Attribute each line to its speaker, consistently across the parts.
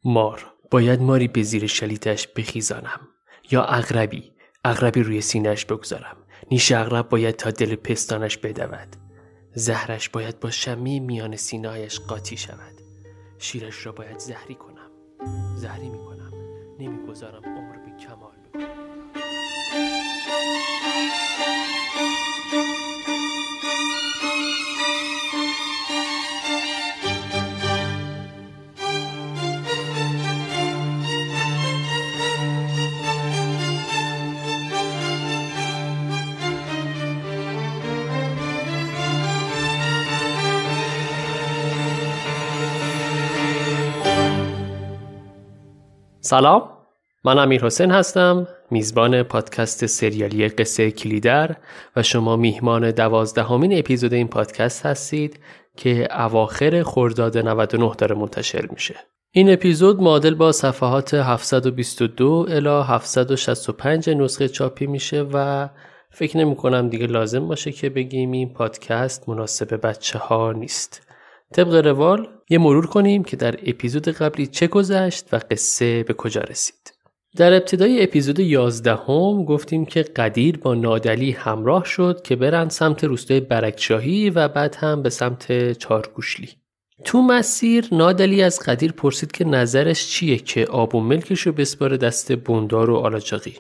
Speaker 1: مار. باید ماری به زیر شلیتش بخیزانم. یا عقربی روی سینه‌اش بگذارم. نیش عقرب باید تا دل پستانش بدود. زهرش باید با شمع میان سینه‌هایش قاطی شود. شیرش را باید زهری کنم. زهری میکنم. نمیگذارم عمر به کمال بکنم. سلام، من امیرحسین هستم، میزبان پادکست سریالی قصه کلیدر و شما میهمان 12مین اپیزود این پادکست هستید که اواخر خرداد 99 داره منتشر میشه. این اپیزود معادل با صفحات 722 الی 765 نسخه چاپی میشه و فکر نمی کنم دیگه لازم باشه که بگیم این پادکست مناسب بچه ها نیست. طبق روال یه مرور کنیم که در اپیزود قبلی چه گذشت و قصه به کجا رسید. در ابتدای اپیزود 11 گفتیم که قدیر با نادلی همراه شد که برن سمت روستای برکشاهی و بعد هم به سمت چارگوشلی. تو مسیر نادلی از قدیر پرسید که نظرش چیه که آب و ملکشو بسپاره دست بوندار و آلاجاقی،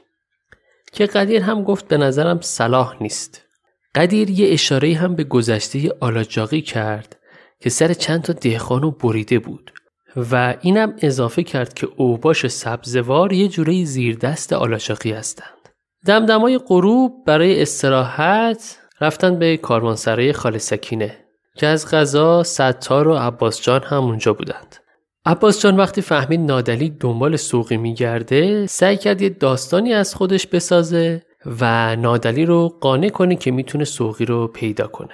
Speaker 1: که قدیر هم گفت به نظرم صلاح نیست. قدیر یه اشاره هم به گذشته آلاجاقی کرد که سر چند تا دهقانو بریده بود و اینم اضافه کرد که اوباش سبزوار یه جوری زیر دست آلاجاقی هستند. دمدمای غروب برای استراحت رفتن به کاروانسرای خاله سکینه که از قضا ستار و عباس جان هم اونجا بودند. عباس جان وقتی فهمید نادلی دنبال سوقی میگرده سعی کرد یه داستانی از خودش بسازه و نادلی رو قانع کنه که میتونه سوقی رو پیدا کنه.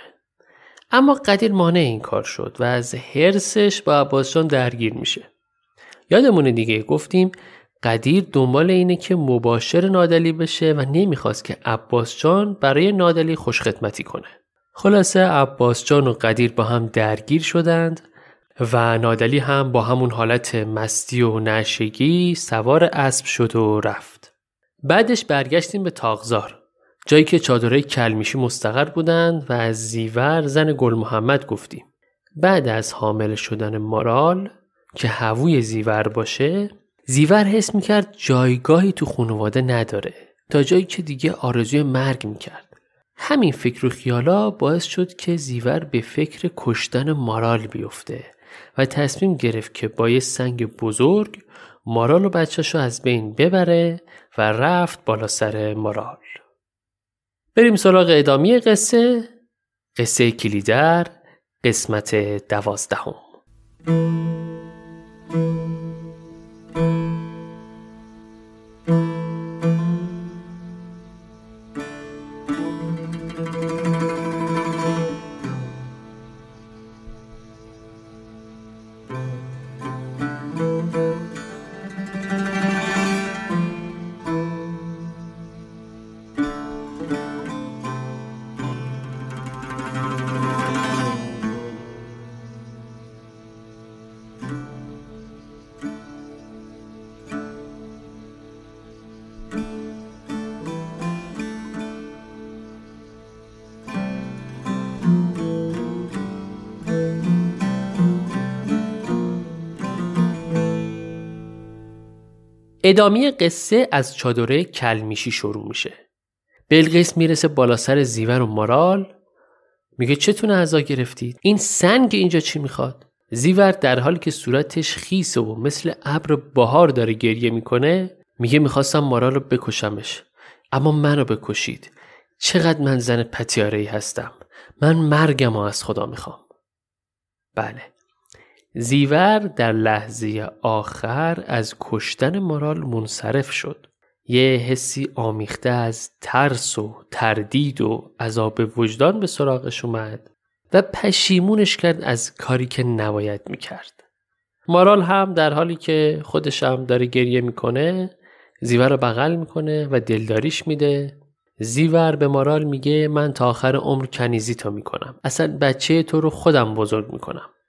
Speaker 1: اما قدیر مانع این کار شد و از حرصش با عباس جان درگیر میشه. یادمونه دیگه گفتیم قدیر دنبال اینه که مباشر نادلی بشه و نمیخواست که عباس جان برای نادلی خوشخدمتی کنه. خلاصه عباس جان و قدیر با هم درگیر شدند و نادلی هم با همون حالت مستی و نشگی سوار اسب شد و رفت. بعدش برگشتیم به تاغزار، جایی که چادرهای کلمیشی مستقر بودند و از زیور زن گل محمد گفتیم. بعد از حامل شدن مارال که هووی زیور باشه، زیور حس میکرد جایگاهی تو خانواده نداره تا جایی که دیگه آرزوی مرگ میکرد. همین فکر و خیالا باعث شد که زیور به فکر کشتن مارال بیفته و تصمیم گرفت که با یه سنگ بزرگ مارال و بچه‌شو از بین ببره و رفت بالا سر مارال. بریم سراغ ادامه قصه کلیدر قسمت 12. ادامه قصه از چادره کلمیشی شروع میشه. بلقیس میرسه بالا سر زیور و مارال، میگه چتون اعضا گرفتید؟ این سنگ اینجا چی میخواد؟ زیور در حالی که صورتش خیسه و مثل ابر بهار داره گریه میکنه میگه میخواستم مارال رو بکشمش اما منو بکشید. چقدر من زن پتیاره‌ای هستم. من مرگم رو از خدا میخوام. بله، زیور در لحظه آخر از کشتن مارال منصرف شد. یه حسی آمیخته از ترس و تردید و عذاب وجدان به سراغش اومد و پشیمونش کرد از کاری که نباید میکرد. مارال هم در حالی که خودش هم داره گریه میکنه زیور رو بغل میکنه و دلداریش میده. زیور به مارال میگه من تا آخر عمر کنیزی تو میکنم. اصلا بچه تو رو خودم بزرگ میکنم.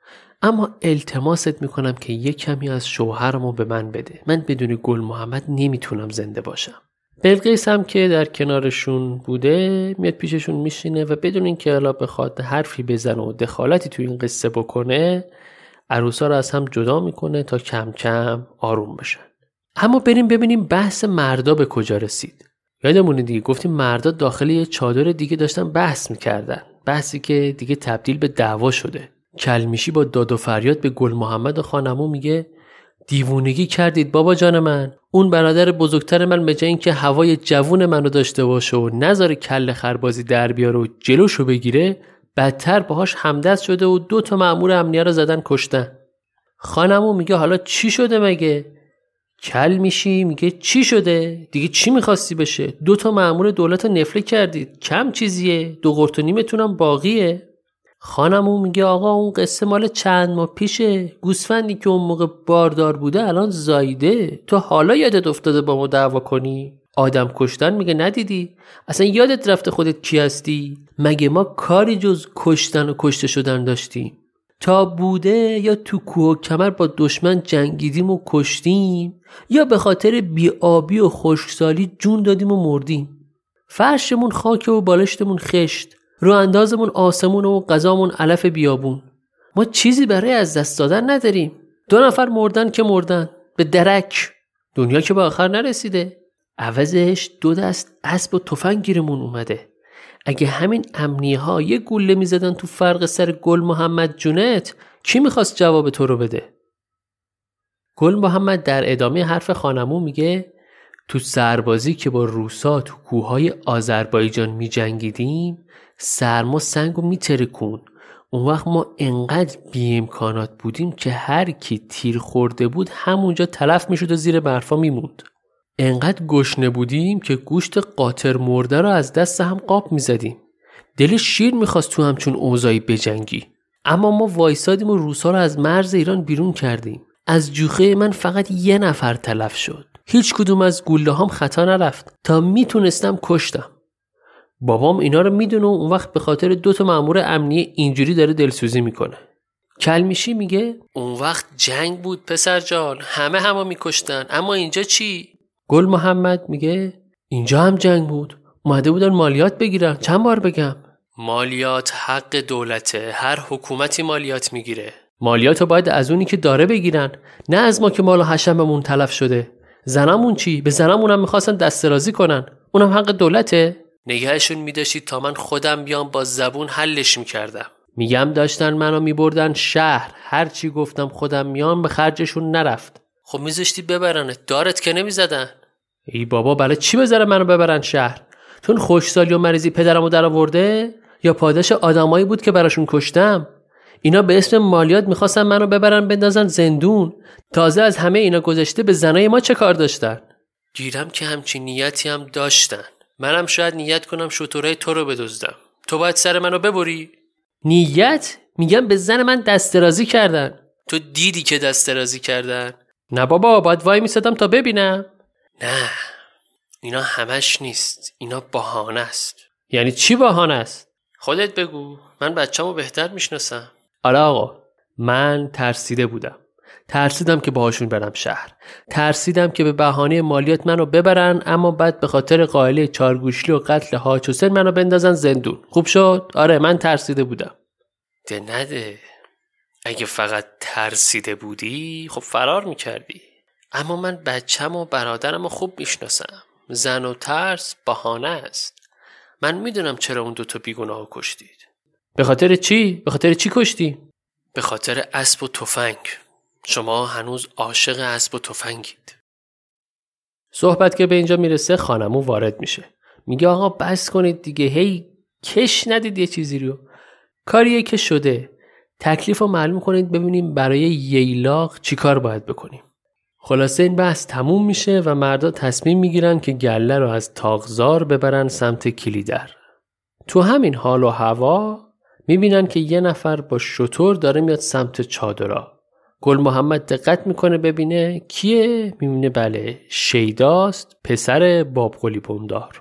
Speaker 1: اما التماست میکنم که یک کمی از شوهرمو به من بده. من بدون گل محمد نمیتونم زنده باشم. بلقیس هم که در کنارشون بوده میاد پیششون میشینه و بدون اینکه حالا بخواد حرفی بزنه و دخالتی تو این قصه بکنه، عروسا رو از هم جدا میکنه تا کم کم آروم بشن. اما بریم ببینیم بحث مردا به کجا رسید. یادمونه دیگه گفتیم مردا داخل یه چادر دیگه داشتن بحث میکردن، بحثی که دیگه تبدیل به دعوا شده. کلمیشی با داد و فریاد به گل محمد و خانمو میگه دیوونگی کردید بابا جان من. اون برادر بزرگتر من به جای اینکه هوای جوون منو داشته باشه و نذاره کله خربازی در بیاره و جلوشو بگیره، بدتر باهاش همدست شده و 2 مأمور امنیه رو زدن کشتن. خانمو میگه حالا چی شده مگه؟ کلمیشی میگه چی شده؟ دیگه چی میخواستی بشه؟ 2 مأمور دولت رو نفله کردید، کم چیزیه، 2 قرت و نیمتونم باقیه. خانمو میگه آقا اون قصه مال چند ماه پیشه، گوسفندی که اون موقع باردار بوده الان زایده، تو حالا یادت افتاده با ما دعوا کنی؟ آدم کشتن میگه ندیدی؟ اصلا یادت رفته خودت کی هستی؟ مگه ما کاری جز کشتن و کشته شدن داشتیم؟ تا بوده یا تو کوه و کمر با دشمن جنگیدیم و کشتیم، یا به خاطر بی‌آبی و خشکسالی جون دادیم و مردیم. فرشمون خاک و بالشتمون خشت، رو اندازمون آسمون و غذامون علف بیابون. ما چیزی برای از دست دادن نداریم. 2 نفر مردن که مردن به درک. دنیا که به آخر نرسیده. عوضش 2 دست اسب و تفنگ گیرمون اومده. اگه همین امنیه ها یه گوله میزدن تو فرق سر گل محمد جونت، کی میخواست جواب تو رو بده؟ گل محمد در ادامه حرف خانمو میگه تو سربازی که با روسا تو کوههای آذربایجان می جنگیدیم، سرما سنگو می ترکون. اون وقت ما انقدر بی امکانات بودیم که هر کی تیر خورده بود همونجا تلف می شد و زیر برفا می موند. انقدر گشنه بودیم که گوشت قاطر مرده رو از دست هم قاب می زدیم. دل شیر می خواست تو همچون اوضاعی بجنگی. اما ما وایسادیم و روسا رو از مرز ایران بیرون کردیم. از جوخه من فقط 1 نفر تلف شد. هیچ کدوم از گوله هام خطا نرفت. تا میتونستم کشتم. بابام اینا رو میدونه و اون وقت به خاطر 2 مأمور امنیه اینجوری داره دلسوزی میکنه. کلمیشی میگه اون وقت جنگ بود پسر جان، همه میکشتن، اما اینجا چی؟ گل محمد میگه اینجا هم جنگ بود، اومده بودن مالیات بگیرن. چند بار بگم؟ مالیات حق دولته، هر حکومتی مالیات میگیره. مالیاتو باید از اونی که داره بگیرن، نه از ما که مال و حشممون تلف شده. زنمون چی؟ به زنمونم میخواستن دست درازی کنن، اونم حق دولته. نگهشون میداشتید تا من خودم بیام با زبون حلش میکردم. میگم داشتن منو میبردن شهر، هر چی گفتم خودم میام به خرجشون نرفت. خب میذاشتی ببرنت، دارت که نمیزدن. ای بابا برای چی بذاره منو ببرن شهر؟ چون خوشسالی و مریضی پدرمو در آورده، یا پاداش آدمایی بود که براشون کشتم؟ اینا به اسم مالیات میخواستن منو ببرن بندازن زندون. تازه از همه اینا گذشته به زنای ما چه کار داشتن؟ گیرم که همچین نیتی هم داشتن. منم شاید نیت کنم شترای تو رو بدزدم. تو باید سر منو ببری؟ نیت؟ میگم به زن من دست درازی کردن. تو دیدی که دست درازی کردن؟ نه بابا، باید وای میسادم تا ببینم. نه، اینا همش نیست، اینا بهانه است. یعنی چی بهانه است؟ خودت بگو، من بچه‌مو بهتر میشناسم. آره آقا، من ترسیده بودم. ترسیدم که باهاشون برم شهر. ترسیدم که به بهانه مالیات منو ببرن، اما بعد به خاطر قائله چارگوشلی و قتل حاج حسین منو بندازن زندون. خوب شد؟ آره من ترسیده بودم. ده نده. اگه فقط ترسیده بودی خب فرار میکردی. اما من بچه‌م و برادرم رو خوب میشناسم. زن و ترس بهانه است. من میدونم چرا اون 2 بیگناه کشتید. به خاطر چی؟ به خاطر چی کشتی؟ به خاطر اسب و تفنگ. شما هنوز عاشق اسب و تفنگید. صحبت که به اینجا میرسه خانمو وارد میشه. میگه آقا بس کنید دیگه، هی کش ندید یه چیزی رو. کاریه که شده. تکلیف رو معلوم کنید ببینیم برای ییلاق چی کار باید بکنیم. خلاصه این بحث تموم میشه و مردا تصمیم میگیرن که گله رو از تاغزار ببرن سمت کلیدر. تو همین حال و هوا میبینن که 1 نفر با شتر داره میاد سمت چادرها. گل محمد دقت میکنه ببینه کیه؟ میبینه بله شیداست، پسر باب قلی پندار.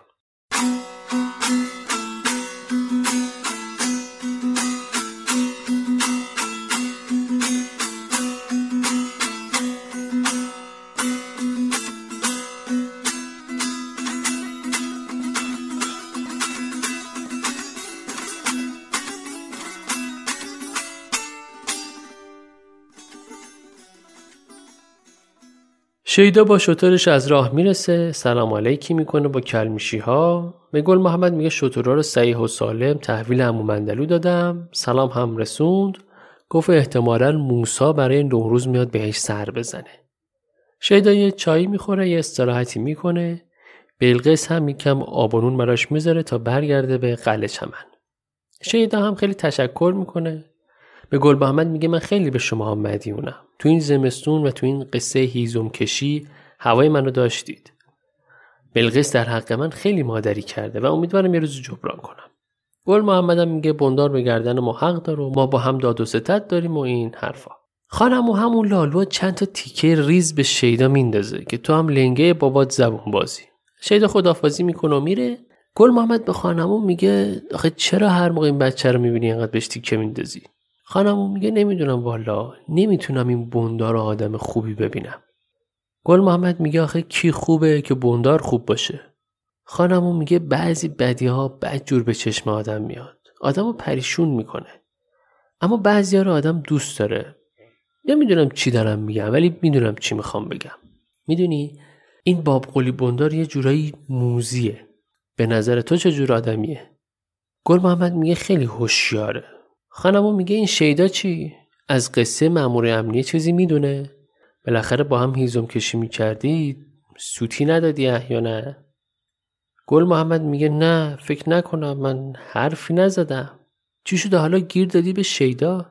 Speaker 1: شیدا با شترش از راه میرسه، سلام علیکی میکنه با کلمیشی ها. به گل محمد میگه شترها رو صحیح و سالم تحویل عمو مندلو دادم. سلام هم رسوند. گفت احتمالاً موسی برای نوروز میاد بهش سر بزنه. شیدا یه چایی میخوره، یه استراحتی میکنه. بلقیس هم یکم آب و نون براش میذاره تا برگرده به قلعه چمن. شیدا هم خیلی تشکر میکنه. به گل محمد میگه من خیلی به شما هم مدیونم. تو این زمستون و تو این قصه هیزم کشی هوای منو داشتید. بلقیس در حق من خیلی مادری کرده و امیدوارم یه روز جبران کنم. گل محمد هم میگه بندار به گردن ما حق داره و ما با هم داد و ستد داریم و این حرفا. خانم و همون لالو چند تا تیکه ریز به شیدا میندازه که تو هم لنگه بابات زبون بازی. شیدا خداحافظی میکنه و میره. گل محمد به خانمو میگه آخه چرا هر موقع این بچه رو میبینی اینقدر بهش تیکه میندازی؟ خانمو میگه نمیدونم والا، نمیتونم این بندار آدم خوبی ببینم. گل محمد میگه آخه کی خوبه که بندار خوب باشه؟ خانمو میگه بعضی بدیها بدجور به چشم آدم میاد، آدمو پریشون میکنه، اما بعضیا رو آدم دوست داره. نمیدونم چی دارم میگم ولی میدونم چی میخوام بگم. میدونی این باب قلی بندار یه جورایی موزیه. به نظر تو چه جور آدمیه؟ گل محمد میگه خیلی هوشیاره. خانمو میگه این شیدا چی؟ از قصه مأمور امنیه چیزی میدونه؟ بالاخره با هم هیزم کشی میکردید، سوتی ندادی یا نه؟ گل محمد میگه نه فکر نکنم، من حرفی نزدم. چی شده حالا گیر دادی به شیدا؟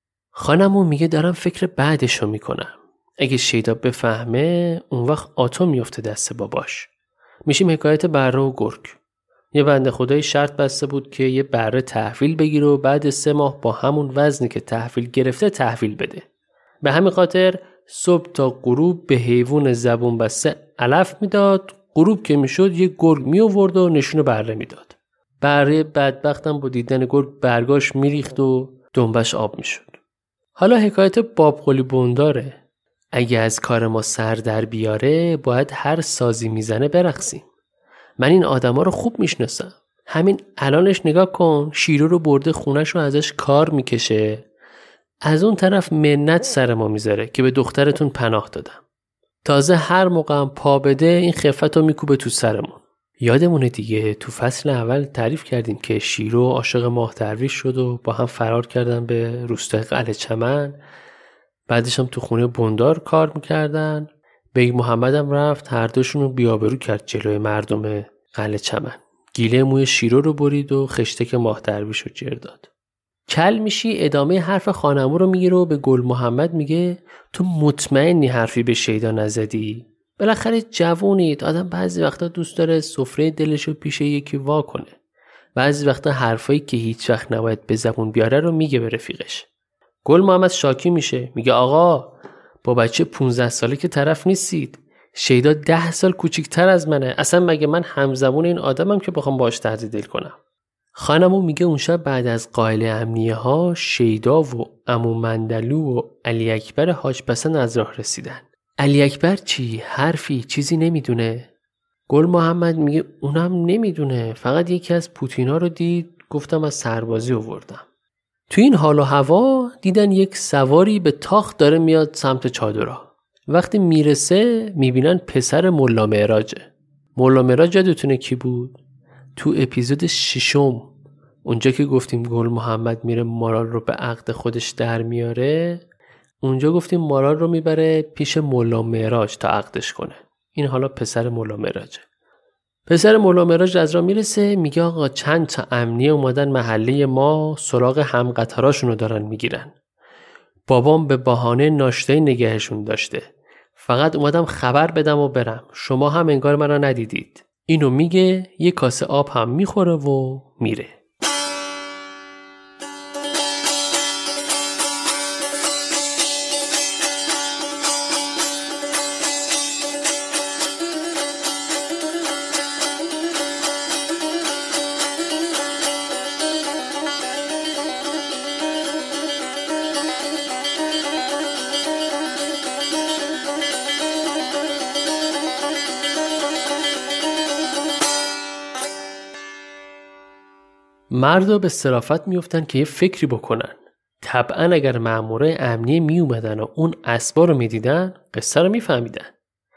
Speaker 1: خانمو میگه دارم فکر بعدشو میکنم. اگه شیدا بفهمه اون وقت آتو میفته دست باباش. میشیم حکایت بره و گرگ. یه بنده خدای شرط بسته بود که یه بره تحویل بگیره و بعد 3 ماه با همون وزنی که تحویل گرفته تحویل بده. به همین خاطر صبح تا غروب به حیوان زبون بسته علف میداد. غروب که میشد یه گرگ می آورد و نشون بره میداد. بره بدبختم با دیدن گرگ برگاش میریخت و دنبش آب میشد. حالا حکایت باب قلی بنداره. اگه از کار ما سر در بیاره باید هر سازی میزنه برقصیم. من این آدما رو خوب میشناسم. همین الانش نگاه کن، شیرو رو برده خونش رو ازش کار میکشه. از اون طرف منت سر ما میذاره که به دخترتون پناه دادم. تازه هر موقع هم پا بده این خفت رو میکوبه تو سرمون. یادمونه دیگه تو فصل اول تعریف کردیم که شیرو عاشق ماه درویش شد و با هم فرار کردن به روستای قلعه چمن. بعدش هم تو خونه بندار کار میکردن. بیگ محمد هم رفت هر دوشون رو بیابرو کرد جلوی مردم قلعه چمن. گیله موی شیرو رو برید و خشتک ماه درویش رو جر داد. کل میشی ادامه حرف خانمو رو میگیره و به گل محمد میگه تو مطمئنی حرفی به شیدا نزدی؟ بالاخره جوونید، آدم بعضی وقتا دوست داره سفره دلشو پیش یکی وا کنه. بعضی وقتا حرفایی که هیچ وقت نباید به زبون بیاره رو میگه به رفیقش. گل محمد شاکی میشه، میگه آقا با بچه 15 ساله که طرف نیستید. شیدا 10 سال کوچیکتر از منه. اصلا مگه من همزبون این آدمم که بخوام باهاش درد دل کنم؟ خانمو میگه اون شب بعد از قائله امنیه ها شیدا و عمو مندلو و علی اکبر حاج پسند از راه رسیدن. علی اکبر چی؟ حرفی چیزی نمیدونه؟ گل محمد میگه اونم نمیدونه، فقط یکی از پوتینا رو دید، گفتم از سربازی آوردم. تو این حال و هوا دیدن یک سواری به تاخت داره میاد سمت چادرها. وقتی میرسه میبینن پسر ملا معراجه. ملا معراج یادتونه کی بود؟ تو اپیزود 6 اونجا که گفتیم گل محمد میره مارال رو به عقد خودش در میاره، اونجا گفتیم مارال رو میبره پیش ملا معراج تا عقدش کنه. این حالا پسر ملا معراجه. پسر ملا معراج از راه میرسه، میگه آقا چند تا امنیه اومدن محله ما، سراغ همقطاراشون رو دارن میگیرن. بابام به بهانه ناشته نگهشون داشته. فقط اومدم خبر بدم و برم. شما هم انگار منو ندیدید. اینو میگه، یه کاسه آب هم میخوره و میره. مردا به صرافت میفتن که یه فکری بکنن. طبعا اگر مامورای امنیه می اومدن و اون اسبا رو میدیدن قصه رو میفهمیدن.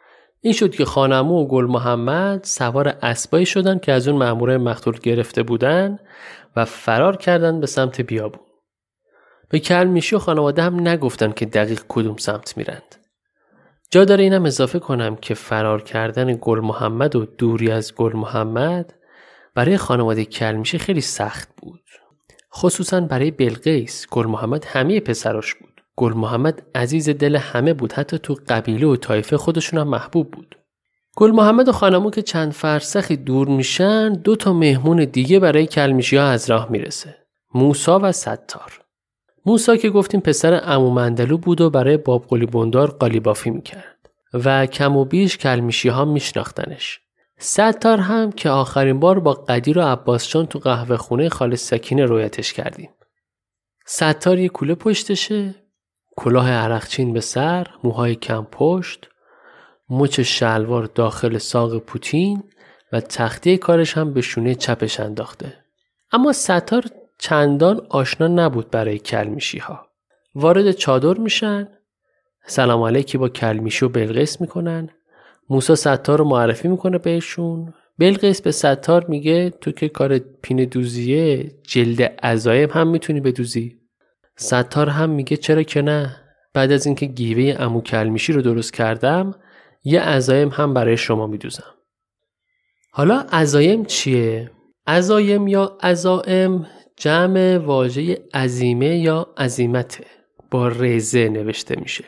Speaker 1: این شد که خانمو و گل محمد سوار اسبایی شدن که از اون مأمورای مقتول گرفته بودن و فرار کردن به سمت بیابون. به کلمیشی و خانواده هم نگفتن که دقیق کدوم سمت میرند. جا داره اینم اضافه کنم که فرار کردن گل محمد و دوری از گل محمد برای خانواده کلمیشی خیلی سخت بود. خصوصا برای بلقیس. گل محمد همه پسراش بود. گل محمد عزیز دل همه بود، حتی تو قبیله و طایفه خودشون هم محبوب بود. گل محمد و خانمو که چند فرسخی دور میشن، 2 مهمون دیگه برای کلمیشی ها از راه میرسه. موسی و ستار. موسی که گفتیم پسر عمو مندلو بود و برای باب قلی بندار قالیبافی میکرد و کم و بیش کلمیشی ها میشناختنش. ستار هم که آخرین بار با قدیر و عباسجان تو قهوه خونه خاله سکینه رویتش کردیم. ستار یه کوله پشتشه، کلاه عرقچین به سر، موهای کم پشت، مچ شلوار داخل ساق پوتین و تخته کارش هم به شونه چپش انداخته. اما ستار چندان آشنا نبود برای کلمیشی ها. وارد چادر میشن، سلام علیکی با کلمیشی و بلقیس میکنن. موسی ستار رو معرفی میکنه بهشون. بلقیس به ستار میگه تو که کار پینه دوزیه، جلد عزایم هم میتونی بدوزی. ستار هم میگه چرا که نه، بعد از اینکه گیوه عمو کلمیشی رو درست کردم یه عزایم هم برای شما میدوزم. حالا عزایم چیه؟ عزایم یا عزائم جمع واژه عزیمه یا عزیمته، با ریزه نوشته میشه.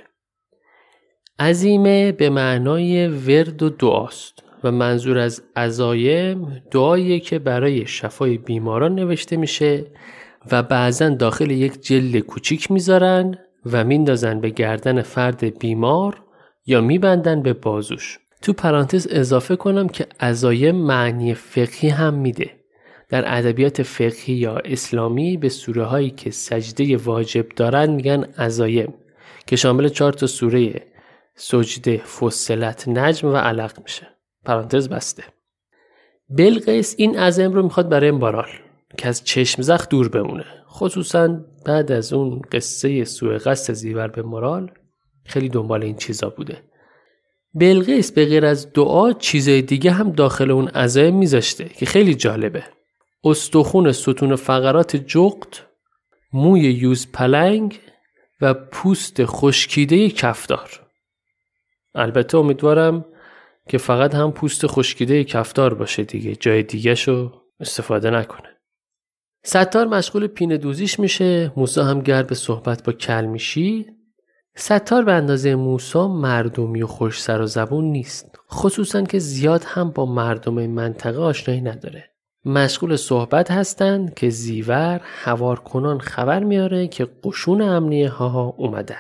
Speaker 1: عزیمه به معنای ورد و دعاست و منظور از عزایم دعاییه که برای شفای بیماران نوشته میشه و بعضن داخل یک جلد کوچیک میذارن و میندازن به گردن فرد بیمار یا میبندن به بازوش. تو پرانتز اضافه کنم که عزایم معنی فقهی هم میده. در ادبیات فقهی یا اسلامی به سوره هایی که سجده واجب دارن میگن عزایم که شامل 4 سوره سجده، فصلت، نجم و علق میشه. پرانتز بسته. بلقیس این عزایم رو میخواد برای مارال که از چشم زخم دور بمونه. خصوصا بعد از اون قصه سوء قصد زیور به مارال خیلی دنبال این چیزا بوده. بلقیس به غیر از دعا چیزای دیگه هم داخل اون عزایم میذاشته که خیلی جالبه. استخون ستون فقرات جغد، موی یوز پلنگ و پوست خشکیده کفتار. البته امیدوارم که فقط هم پوست خشکیده کفتار باشه دیگه، جای دیگه شو استفاده نکنه. ستار مشغول پینه دوزیش میشه. موسی هم گرد به صحبت با کلمیشی. ستار به اندازه موسی مردمی و خوش سر و زبون نیست، خصوصا که زیاد هم با مردم منطقه آشنایی نداره. مشغول صحبت هستن که زیور هوار کنان خبر میاره که قشون امنیه ها اومده.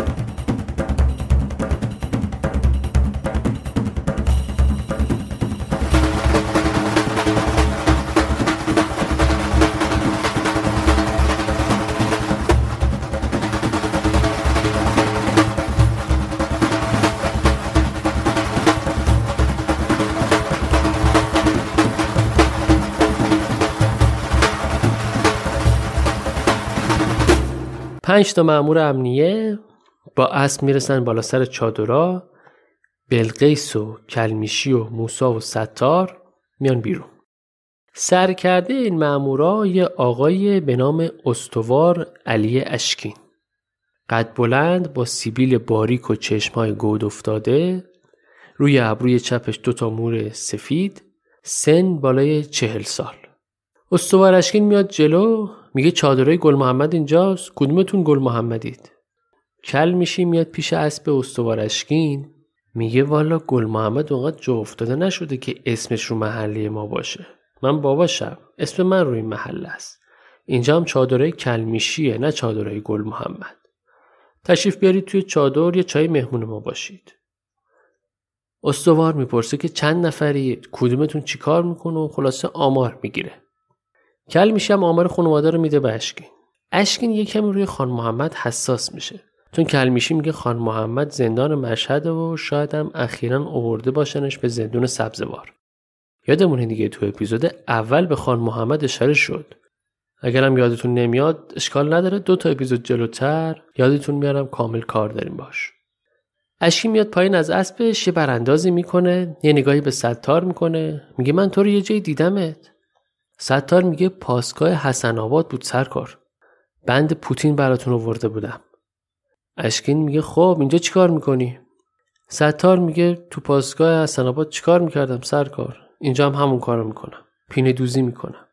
Speaker 1: 5 مأمور امنیه با اسب میرسن بالا سر چادرها. بلقیس و کلمیشی و موسی و ستار میان بیرون. سرکرده این مأمورا یه آقای به نام استوار علی اشکین، قد بلند با سیبیل باریک و چشمای گود افتاده، روی ابروی چپش 2 مور سفید، سن بالای 40 سال. استوار اشکین میاد جلو، میگه چادرای گل محمد اینجاست، کدومتون گل محمدید؟ کلمیشی میاد پیش اسب استوار اشکین، میگه والا گل محمد اونقدر جا افتاده نشده که اسمش رو محله ما باشه. من باباشم، اسم من روی محله است. اینجا هم چادرای کلمیشیه، نه چادرای گل محمد. تشریف بیارید توی چادر یه چای مهمون ما باشید. استوار میپرسه که چند نفرید، کدومتون چی کار میکنه و خلاصه آمار میگیره. کلمیشی هم آمار خانواده رو میده به اشکین. اشکین یکم روی خان محمد حساس میشه، چون کلمیشی میگه خان محمد زندان مشهد و شاید هم اخیراً آورده باشنش به زندون سبزوار. یادمونه دیگه تو اپیزود اول به خان محمد اشاره شد. اگرم یادتون نمیاد اشکال نداره، 2 اپیزود جلوتر یادتون میارم کامل کار داریم باش. اشکی میاد پایین از اسبش، یه براندازی میکنه، یه نگاهی به ستار میکنه، میگه من تو رو یه جایی دیدمت. ستار میگه پاسگاه حسن آباد بود سرکار، بند پوتین براتون آورده بودم. اشکین میگه خب اینجا چیکار میکنی؟ ستار میگه تو پاسگاه حسن آباد چیکار میکردم سرکار، اینجا هم همون کارو میکنم، پینه دوزی میکنم.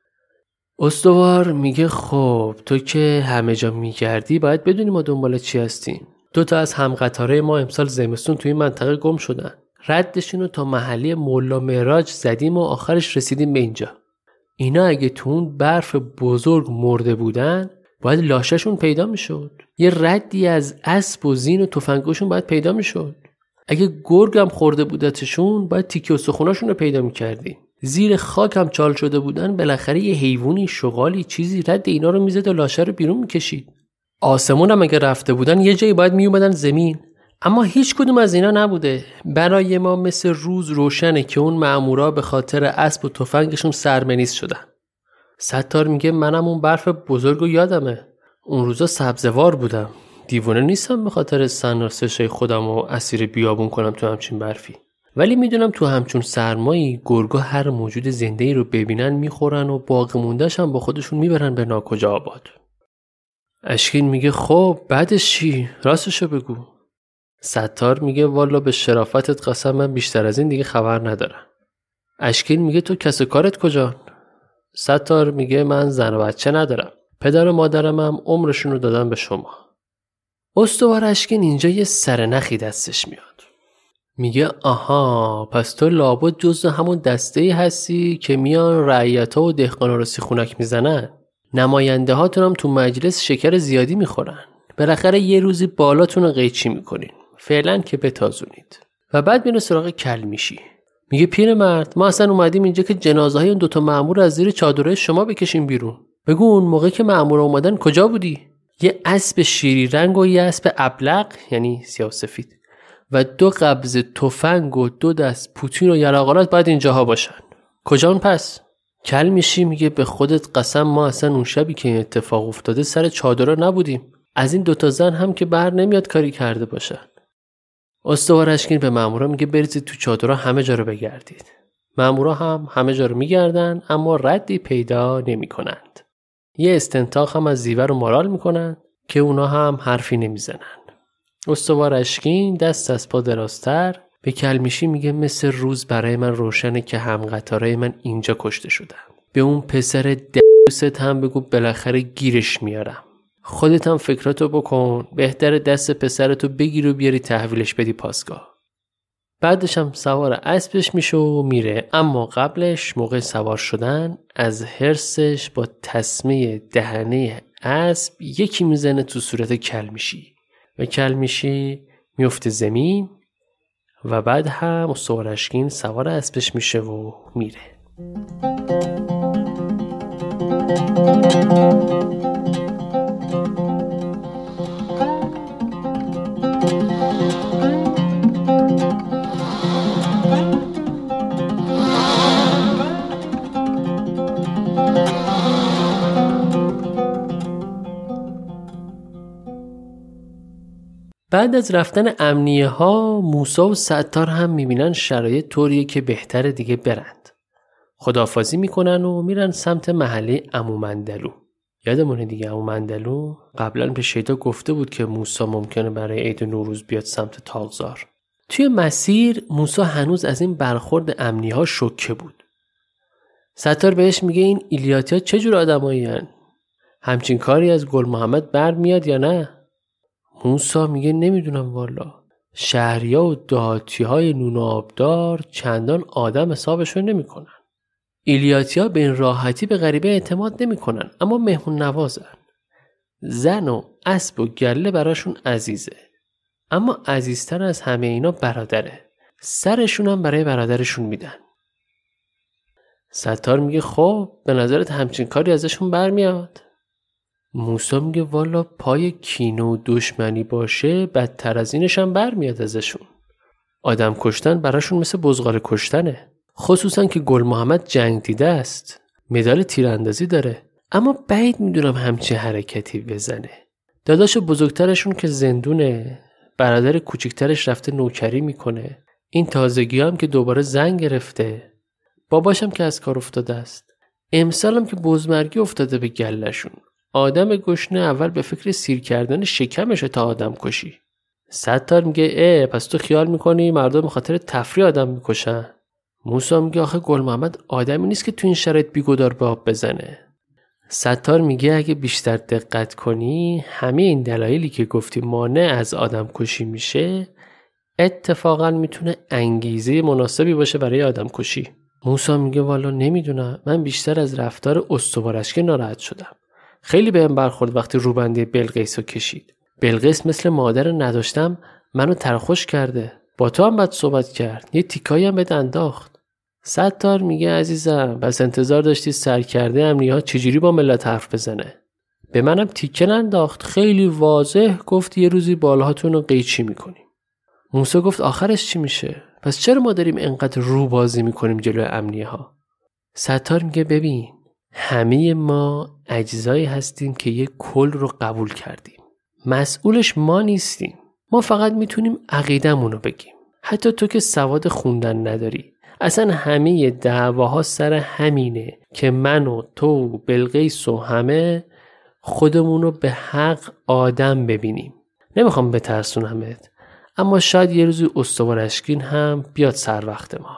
Speaker 1: استوار میگه خب تو که همه جا میگردی باید بدونی ما دنبال چی هستیم. 2 از همقطاره ما امسال زمستون توی منطقه گم شدن، ردشون رو تا محلی مولا معراج زدیم و آخرش رسیدیم به اینجا. اینا اگه تو اون برف بزرگ مرده بودن باید لاششون پیدا میشد، یه ردی از اسب و زین و تفنگشون باید پیدا میشد. اگه گرگم خورده بودتشون باید تیکه استخوناشون رو پیدا میکردی. زیر خاک هم چال شده بودن، بالاخره یه حیوانی، شغالی، چیزی رد اینا رو میزد و لاشه رو بیرون میکشید. آسمون هم اگه رفته بودن یه جایی باید میومدن زمین، اما هیچ کدوم از اینا نبوده. برای ما مثل روز روشنه که اون مأمورا به خاطر اسب و تفنگشون سرمنیز شدن. ستار میگه منم اون برف بزرگو یادمه، اون روزا سبزوار بودم، دیوانه نیستم به خاطر سنارسشای خودم و اسیر بیابون کنم تو همچین برفی. ولی میدونم تو همچون سرمایی گرگا هر موجود زنده‌ای رو ببینن میخورن و باقی مونده‌ش هم با خودشون میبرن به ناکجا آباد. اشکین میگه خب بعدش چی؟ راستشو بگو. ستار میگه والا به شرافتت قسم من بیشتر از این دیگه خبر ندارم. اشکین میگه تو کس و کارت کجان؟ ستار میگه من زن و بچه ندارم، پدر و مادرم هم عمرشون رو دادن به شما. استوار اشکین اینجا یه سرنخی دستش میاد، میگه آها پس تو لابد جزو همون دسته‌ای هستی که میان رعیت‌ها و دهقانا رو سیخونک میزنن. نماینده هاتون هم تو مجلس شکر زیادی میخورن، بالاخره یه روزی بالاتون رو قیچی میکنین، فعلا که بتازونید. و بعد میره سراغ کلمیشی، میگه پیرمرد ما اصلا اومدیم اینجا که جنازه‌های اون 2 مأمور از زیر چادره شما بکشیم بیرون. بگو اون موقع که مأمورا اومدن کجا بودی؟ یه اسب شیری رنگ و یه اسب ابلق یعنی سیاه و سفید و 2 قبض تفنگ و 2 دست پوتین و یراقالات باید اینجاها باشن. کجان پس؟ کلمیشی میگه به خودت قسم ما اصلا اون شبی که این اتفاق افتاده سر چادرها نبودیم، از این 2 زن هم که بر نمیاد کاری کرده باشن. استوار اشکین به مامورا میگه بریزید تو چادرها همه جا رو بگردید. مامورا هم همه جا رو میگردن اما ردی پیدا نمیکنند. یه استنتاق هم از زیور و مارال میکنن که اونا هم حرفی نمیزنن. استوار اشکین دست از پا درازتر به کلمیشی میگه مثل روز برای من روشنه که همقطارای من اینجا کشته شدن. به اون پسر دست هم بگو بالاخره گیرش میارم. خودت هم فکراتو بکن، بهتره دست پسرتو بگیر و بیاری تحویلش بدی پاسگاه. بعدش هم سوار اسبش میشه و میره، اما قبلش موقع سوار شدن از حرصش با تسمه دهنه اسب یکی میزنه تو صورت کلمیشی و کلمیشی میفته زمین و بعد هم استوار اشکین سوار اسبش میشه و میره. بعد از رفتن امنیه ها موسی و ستار هم میبینن شرایط طوریه که بهتره دیگه برند. خداحافظی میکنن و میرن سمت محله عمو مندلو. یادمونه دیگه عمو مندلو قبلا به شیدا گفته بود که موسی ممکنه برای عید نوروز بیاد سمت تاغزار. توی مسیر موسی هنوز از این برخورد امنیه ها شوکه بود. ستار بهش میگه این ایلیاتی ها چه جور آدمایی هن؟ همچین کاری از گل محمد بر میاد یا نه؟ موسی میگه نمیدونم والا، شهریا و دهاتی های نون و آبدار چندان آدم حسابشون نمی کنن. ایلیاتی ها به این راحتی به غریبه اعتماد نمی کنن، اما مهمون نوازن. زن و اسب و گله براشون عزیزه، اما عزیزتر از همه اینا برادره. سرشون هم برای برادرشون میدن. ستار میگه خب به نظرت همچین کاری ازشون برمیاد؟ موسی میگه والا پای کینه و دشمنی باشه بدتر از اینش هم برمیاد ازشون. آدم کشتن براشون مثل بزغاله کشتنه، خصوصا که گل محمد جنگ دیده است، مدال تیراندازی داره، اما بعید میدونم همچین حرکتی بزنه. داداش بزرگترشون که زندونه، برادر کوچیکترش رفته نوکری میکنه. این تازگی هم که دوباره زن گرفته. باباشم که از کار افتاده است. امسالم که بزمرگی افتاده به گلشون. آدم گشنه اول به فکر سیر کردن شکمشه تا آدم کشی. ستار میگه پس تو خیال میکنی مردم به خاطر تفریح آدم میکشن؟ موسی میگه آخه گل محمد آدمی نیست که تو این شرایط بیگدار به آب بزنه. ستار میگه اگه بیشتر دقت کنی همه این دلایلی که گفتی مانع از آدم کشی میشه اتفاقا میتونه انگیزه مناسبی باشه برای آدم کشی. موسی میگه والا نمیدونم، من بیشتر از رفتار استوارشکی ناراحت شدم. خیلی بهم برخورد وقتی روبنده بلقیسو کشید. بلقیس مثل مادر نداشتم منو ترخوش کرده. با تو هم بد صحبت کرد. یه تیکایی هم بهت انداخت. ستار میگه عزیزم بس انتظار داشتی سرکرده امنی‌ها چجوری با ملت حرف بزنه؟ به منم تیکه ننداخت. خیلی واضح گفت یه روزی بالهاتون رو قیچی میکنیم. موسی گفت آخرش چی میشه؟ پس چرا ما داریم انقدر رو بازی میکنیم جلوی امنی‌ها؟ ستار میگه ببین همه ما اجزایی هستیم که یه کل رو قبول کردیم. مسئولش ما نیستیم. ما فقط میتونیم عقیدمون رو بگیم. حتی تو که سواد خوندن نداری. اصلا همه دعواها سر همینه که من و تو بلقیس و همه خودمون رو به حق آدم ببینیم. نمیخوام بترسونمت، اما شاید یه روزی استوارشکین هم بیاد سر وقت ما.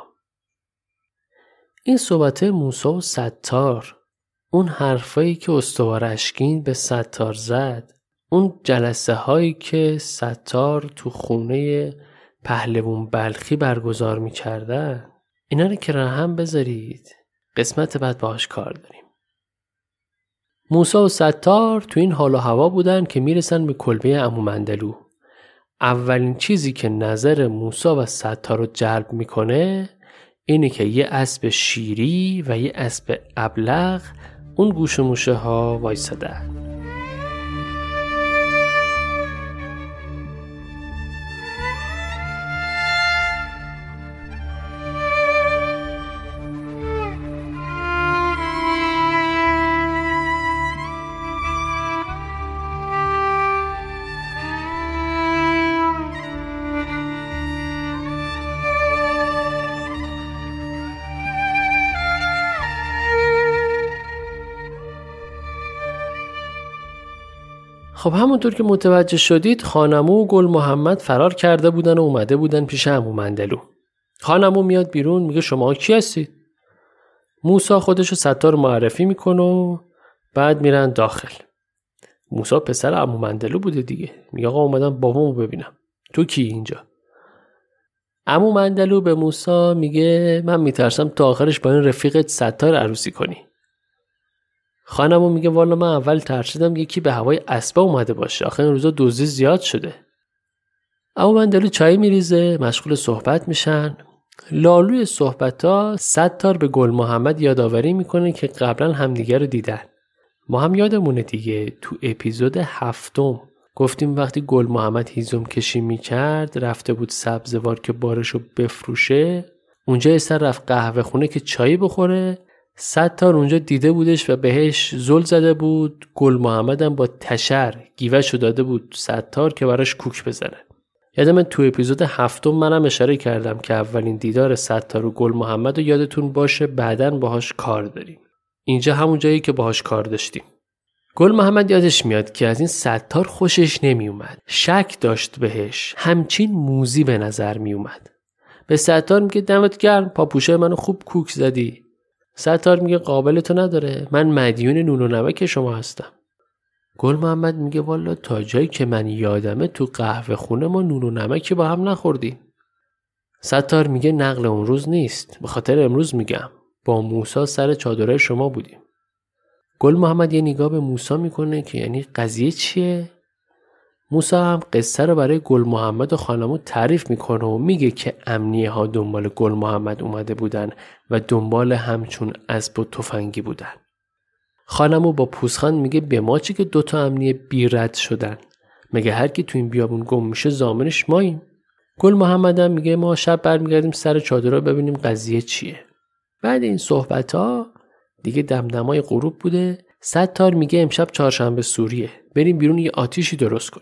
Speaker 1: این صحبت موسی و ستار، اون حرفایی که استوارشکین به ستار زد، اون جلسه هایی که ستار تو خونه پهلوان بلخی برگزار می کردن، اینا رو که رقم بذارید قسمت بعد باهاش کار داریم. موسی و ستار تو این حال و هوا بودن که میرسن به کلبه عمو مندلو. اولین چیزی که نظر موسی و ستار رو جلب میکنه اینه که یه اسب شیری و یه اسب ابلق اون گوش و موشه ها وایسادن. خب همونطور که متوجه شدید خانمو و گل محمد فرار کرده بودن و اومده بودن پیش عمو مندلو. خانمو میاد بیرون میگه شما کی هستید؟ موسی خودشو ستار معرفی میکنه و بعد میرن داخل. موسی پسر عمو مندلو بوده دیگه. میگه آقا اومدم بابامو ببینم. تو کی اینجا؟ عمو مندلو به موسی میگه من میترسم تا آخرش با این رفیقت ستار عروسی کنی. خانمو میگه والا من اول ترسیدم یکی به هوای اسبا اومده باشه. آخه این روزا دزدی زیاد شده. عمو مندلو چای میریزه، مشغول صحبت میشن. لالوی صحبتا ستار به گل محمد یادآوری میکنه که قبلا همدیگه رو دیدن. ما هم یادمونه دیگه تو اپیزود 7 گفتیم وقتی گل محمد هیزم کشی میکرد رفته بود سبزوار که بارشو بفروشه. اونجا سر رفت قهوه خونه که چای بخوره. ستار اونجا دیده بودش و بهش زل زده بود. گل محمد هم با تشر گیوهشو داده بود ستار که براش کوک بزنه. یادم تو اپیزود 7 منم اشاره کردم که اولین دیدار ستار و گل محمد رو یادتون باشه بعداً باهاش کار داریم. اینجا همون جایی که باهاش کار داشتیم. گل محمد یادش میاد که از این ستار خوشش نمی اومد. شک داشت بهش. همچین موزی به نظر می اومد. به ستار میگه دمت گرم پاپوشه منو خوب کوک زدی. ستار میگه قابل تو نداره، من مدیون نون و نمک شما هستم. گل محمد میگه والا تا جایی که من یادمه تو قهوه خونه ما نون و نمکی با هم نخوردیم. ستار میگه نقل اون روز نیست، به خاطر امروز میگم. با موسی سر چادره شما بودیم. گل محمد یه نگاه به موسی میکنه که یعنی قضیه چیه؟ موسی هم قصه رو برای گل محمد و خانمو تعریف میکنه و میگه که امنیه ها دنبال گل محمد اومده بودن و دنبال همچون اسب و تفنگی بودن. خانمو با پوزخند میگه به ما چی که 2 امنیه بی رد شدن؟ میگه هر کی تو این بیابون گم میشه ضامنش ماییم. گل محمد هم میگه ما شب برمیگردیم سر چادر ببینیم قضیه چیه. بعد این صحبت ها دیگه دمدمای غروب بوده. ستار میگه امشب چهارشنبه سوریه، بریم بیرون یه آتیشی درست کنیم.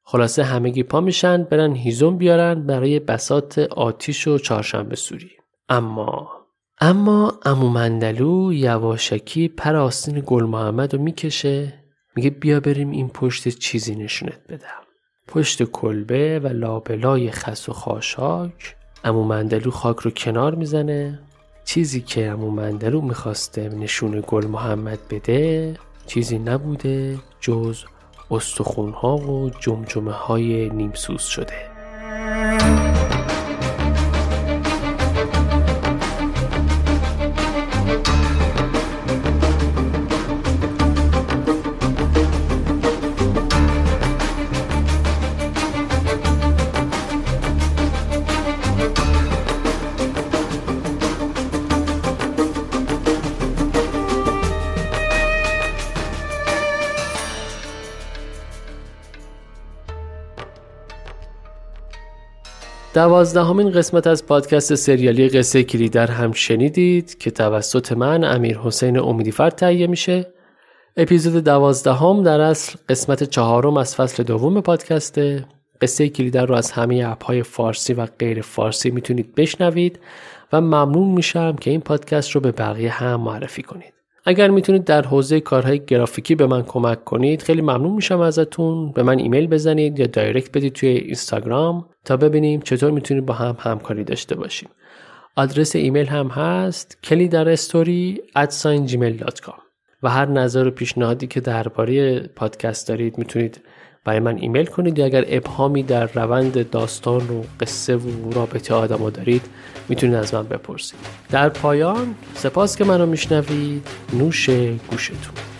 Speaker 1: خلاصه همگی پا میشن برن هیزم بیارن برای بساط آتیش و چهارشنبه سوری. اما عمو مندلو یواشکی پر آستین گل محمد رو میکشه، میگه بیا بریم این پشت چیزی نشونت بدم. پشت کلبه و لابلای خس و خاشاک عمو مندلو خاک رو کنار میزنه. چیزی که عمو مندلو میخواسته نشون گل محمد بده چیزی نبوده جز استخونها و جمجمه های نیمسوز شده. دوازدهمین قسمت از پادکست سریالی قصه کلیدر هم شنیدید که توسط من امیرحسین امیدیفرد تهیه میشه. اپیزود 12 در اصل قسمت 4 از فصل 2 پادکسته. قصه کلیدر رو از همه اپ‌های فارسی و غیر فارسی میتونید بشنوید و ممنون میشم که این پادکست رو به بقیه هم معرفی کنید. اگر میتونید در حوزه کارهای گرافیکی به من کمک کنید خیلی ممنون میشم ازتون. به من ایمیل بزنید یا دایرکت بدید توی اینستاگرام تا ببینیم چطور میتونید با هم همکاری داشته باشیم. آدرس ایمیل هم هست kelidarstory@gmail.com و هر نظر و پیشنهادی که درباره پادکست دارید میتونید برای من ایمیل کنید یا اگر ابهامی در روند داستان و قصه و رابطه آدم‌ها دارید میتونید از من بپرسید. در پایان سپاس که منو میشنوید. نوش گوشتون.